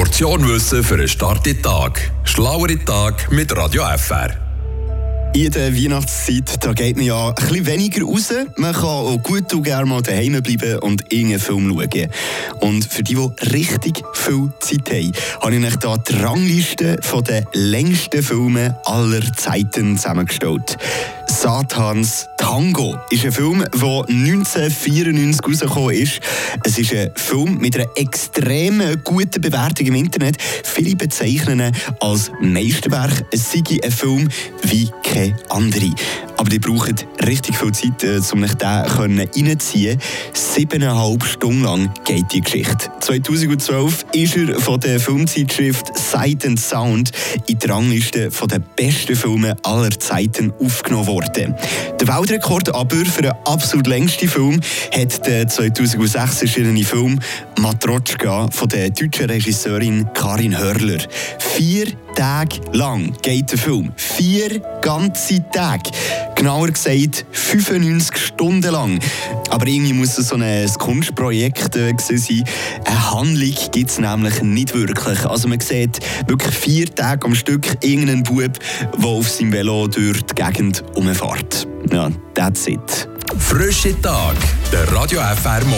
Portion Wissen für einen starken Tag. Schlauere Tag mit Radio FR. In der Weihnachtszeit da geht man ja ein bisschen weniger raus. Man kann auch gut und gerne mal daheim bleiben und irgendeinen Film schauen. Und für die richtig viel Zeit haben, habe ich euch hier die Rangliste der längsten Filme aller Zeiten zusammengestellt. Satans Tango ist ein Film, der 1994 rausgekommen ist. Es ist ein Film mit einer extrem guten Bewertung im Internet. Viele bezeichnen ihn als Meisterwerk. Es sei ein Film wie kein anderer. Aber die brauchen richtig viel Zeit, um euch den reinzuziehen. 7,5 Stunden lang geht die Geschichte. 2012 ist er von der Filmzeitschrift Sight and Sound in die Rangliste der besten Filme aller Zeiten aufgenommen worden. Der Weltrekord aber für den absolut längsten Film hat der 2006 erschienene Film Matrotschka von der deutschen Regisseurin Karin Hörler. 4 Tage lang geht der Film. 4 ganze Tage. Genauer gesagt 95 Stunden lang. Aber irgendwie muss es so ein Kunstprojekt gewesen sein. Eine Handlung gibt es nämlich nicht wirklich. Also man sieht wirklich 4 Tage am Stück irgendeinen Bub, der auf seinem Velo durch die Gegend rumfährt. Ja, that's it. Frische Tag, der Radio FR